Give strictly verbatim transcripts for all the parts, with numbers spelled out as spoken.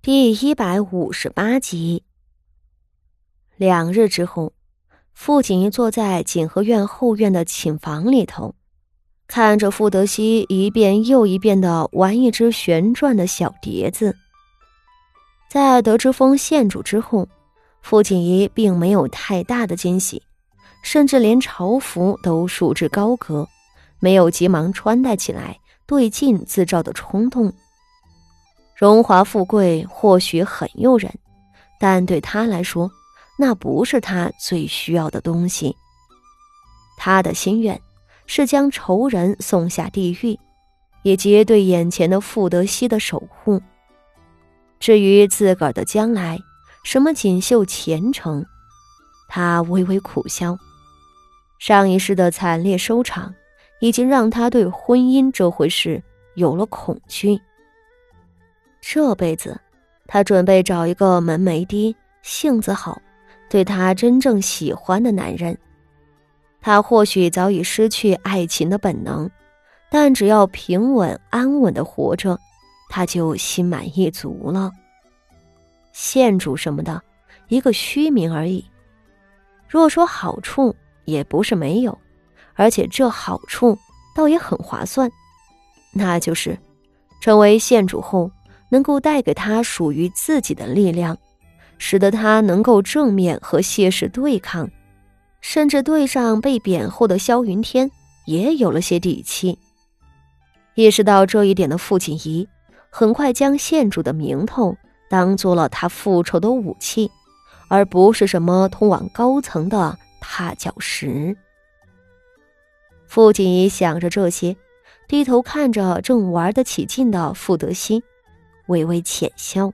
第一百五十八集。两日之后，傅锦衣坐在锦和院后院的寝房里头，看着傅德熙一遍又一遍地玩一只旋转的小碟子。在得知封县主之后，傅锦衣并没有太大的惊喜，甚至连朝服都束之高阁，没有急忙穿戴起来对镜自照的冲动。荣华富贵或许很诱人，但对他来说，那不是他最需要的东西。他的心愿是将仇人送下地狱，以及对眼前的傅德熙的守护。至于自个儿的将来，什么锦绣前程，他微微苦笑。上一世的惨烈收场，已经让他对婚姻这回事有了恐惧。这辈子，他准备找一个门没低、性子好、对他真正喜欢的男人。他或许早已失去爱情的本能，但只要平稳安稳地活着，他就心满意足了。县主什么的，一个虚名而已。若说好处，也不是没有，而且这好处倒也很划算，那就是成为县主后，能够带给他属于自己的力量，使得他能够正面和谢氏对抗，甚至对上被贬后的萧云天也有了些底气。意识到这一点的傅锦仪，很快将县主的名头当做了他复仇的武器，而不是什么通往高层的踏脚石。傅锦仪想着这些，低头看着正玩得起劲的傅德熙，微微浅笑。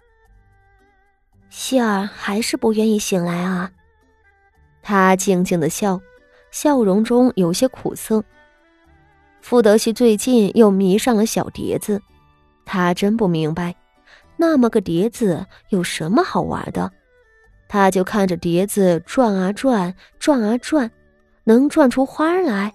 希儿还是不愿意醒来啊。他静静地笑，笑容中有些苦涩。傅德熙最近又迷上了小碟子，他真不明白，那么个碟子有什么好玩的？他就看着碟子转啊转，转啊转，能转出花来。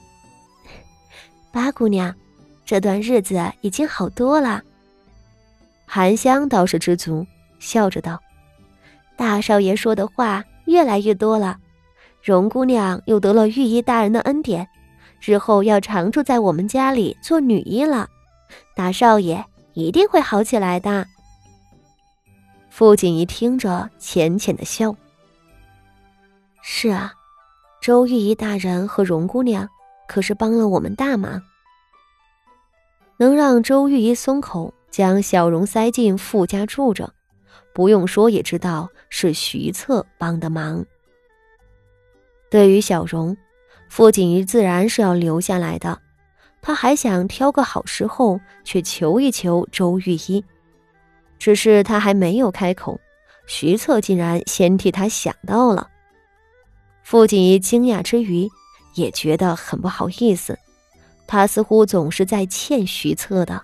八姑娘，这段日子已经好多了。韩香倒是知足，笑着道：大少爷说的话越来越多了，荣姑娘又得了御医大人的恩典，日后要常住在我们家里做女医了，大少爷一定会好起来的。傅锦仪听着浅浅的笑。是啊，周御医大人和荣姑娘可是帮了我们大忙。能让周御医松口将小荣塞进傅家住着，不用说也知道是徐策帮的忙。对于小荣，傅锦仪自然是要留下来的，他还想挑个好时候去求一求周御医。只是他还没有开口，徐策竟然先替他想到了。傅锦仪惊讶之余，也觉得很不好意思，他似乎总是在欠徐策的。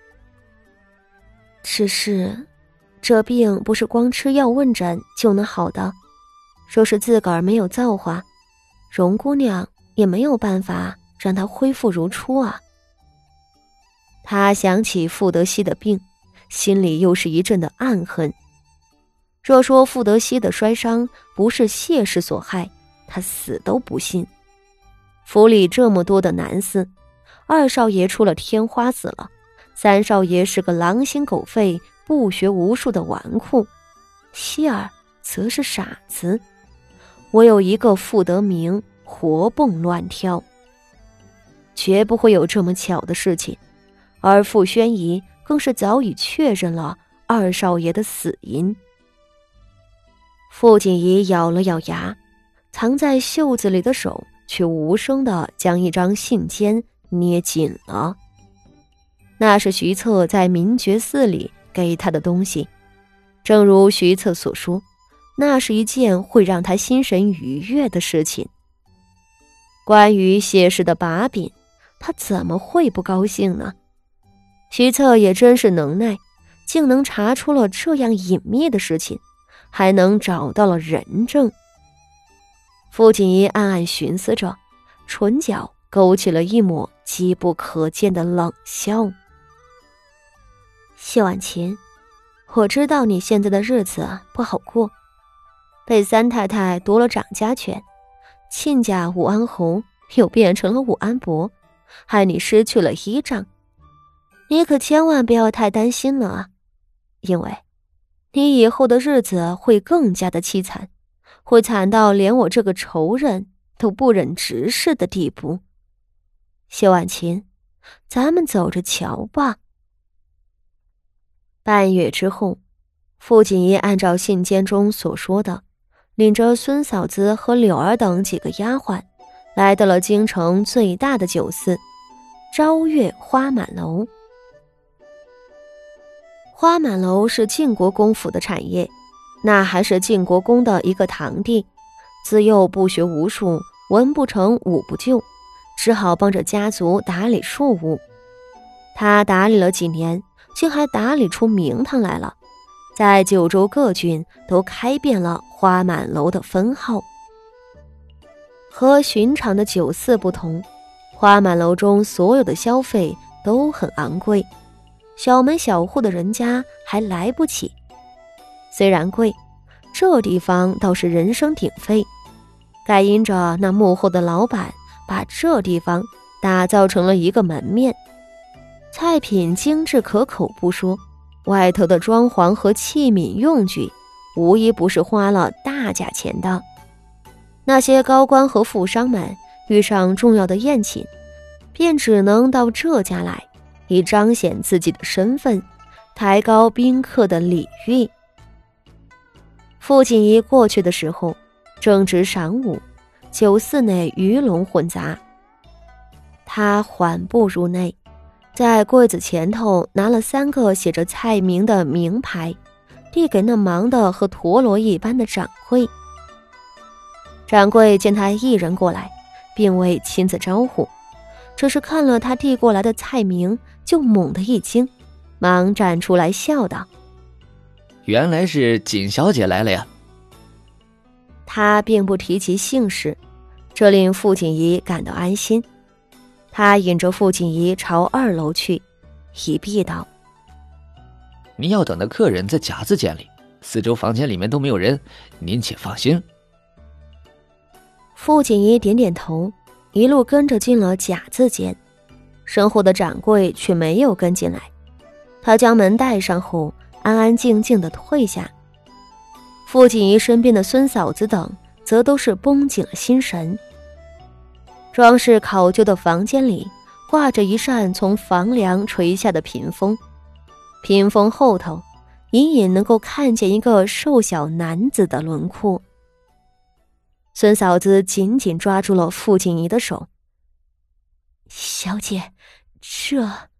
只是这病不是光吃药问诊就能好的，若是自个儿没有造化，荣姑娘也没有办法让她恢复如初啊。他想起傅德熙的病，心里又是一阵的暗恨。若说傅德熙的摔伤不是谢氏所害，他死都不信。府里这么多的男嗣，二少爷出了天花死了，三少爷是个狼心狗肺、不学无术的纨绔，希儿则是傻子，我有一个傅德明活蹦乱跳，绝不会有这么巧的事情。而傅宣仪更是早已确认了二少爷的死因。傅锦仪咬了咬牙，藏在袖子里的手却无声地将一张信笺捏紧了。那是徐策在明觉寺里给他的东西，正如徐策所说，那是一件会让他心神愉悦的事情。关于谢氏的把柄，他怎么会不高兴呢？徐策也真是能耐，竟能查出了这样隐秘的事情，还能找到了人证。傅锦仪暗暗寻思着，唇角勾起了一抹机不可见的冷笑。谢婉琴， 我知道你现在的日子不好过，被三太太夺了掌家权，亲家武安侯又变成了武安伯，害你失去了依仗。你可千万不要太担心了啊，因为你以后的日子会更加的凄惨，会惨到连我这个仇人都不忍直视的地步。谢婉琴，咱们走着瞧吧。半月之后，傅锦衣按照信笺中所说的，领着孙嫂子和柳儿等几个丫鬟，来到了京城最大的酒肆朝月花满楼。花满楼是晋国公府的产业，那还是晋国公的一个堂弟，自幼不学无术，文不成武不就，只好帮着家族打理庶务。他打理了几年，竟还打理出名堂来了，在九州各郡都开遍了花满楼的分号。和寻常的酒肆不同，花满楼中所有的消费都很昂贵，小门小户的人家还来不起。虽然贵，这地方倒是人声鼎沸，盖因着那幕后的老板把这地方打造成了一个门面，菜品精致可口不说，外头的装潢和器皿用具无一不是花了大价钱的。那些高官和富商们遇上重要的宴请，便只能到这家来，以彰显自己的身份，抬高宾客的礼遇。傅锦衣过去的时候正值晌午，酒肆内鱼龙混杂。他缓步入内，在柜子前头拿了三个写着菜名的名牌，递给那忙得和陀螺一般的掌柜。掌柜见他一人过来，并未亲自招呼，只是看了他递过来的菜名，就猛地一惊，忙站出来笑道： 原来是锦小姐来了呀。 他并不提及姓氏，这令傅锦衣感到安心。他引着傅锦衣朝二楼去，一避道： 您要等的客人在甲字间里，四周房间里面都没有人，您且放心。 傅锦衣点点头，一路跟着进了甲字间，身后的掌柜却没有跟进来。他将门带上后，安安静静地退下。傅锦衣身边的孙嫂子等则都是绷紧了心神。装饰考究的房间里挂着一扇从房梁垂下的屏风，屏风后头隐隐能够看见一个瘦小男子的轮廓。孙嫂子紧紧抓住了傅锦衣的手：小姐，这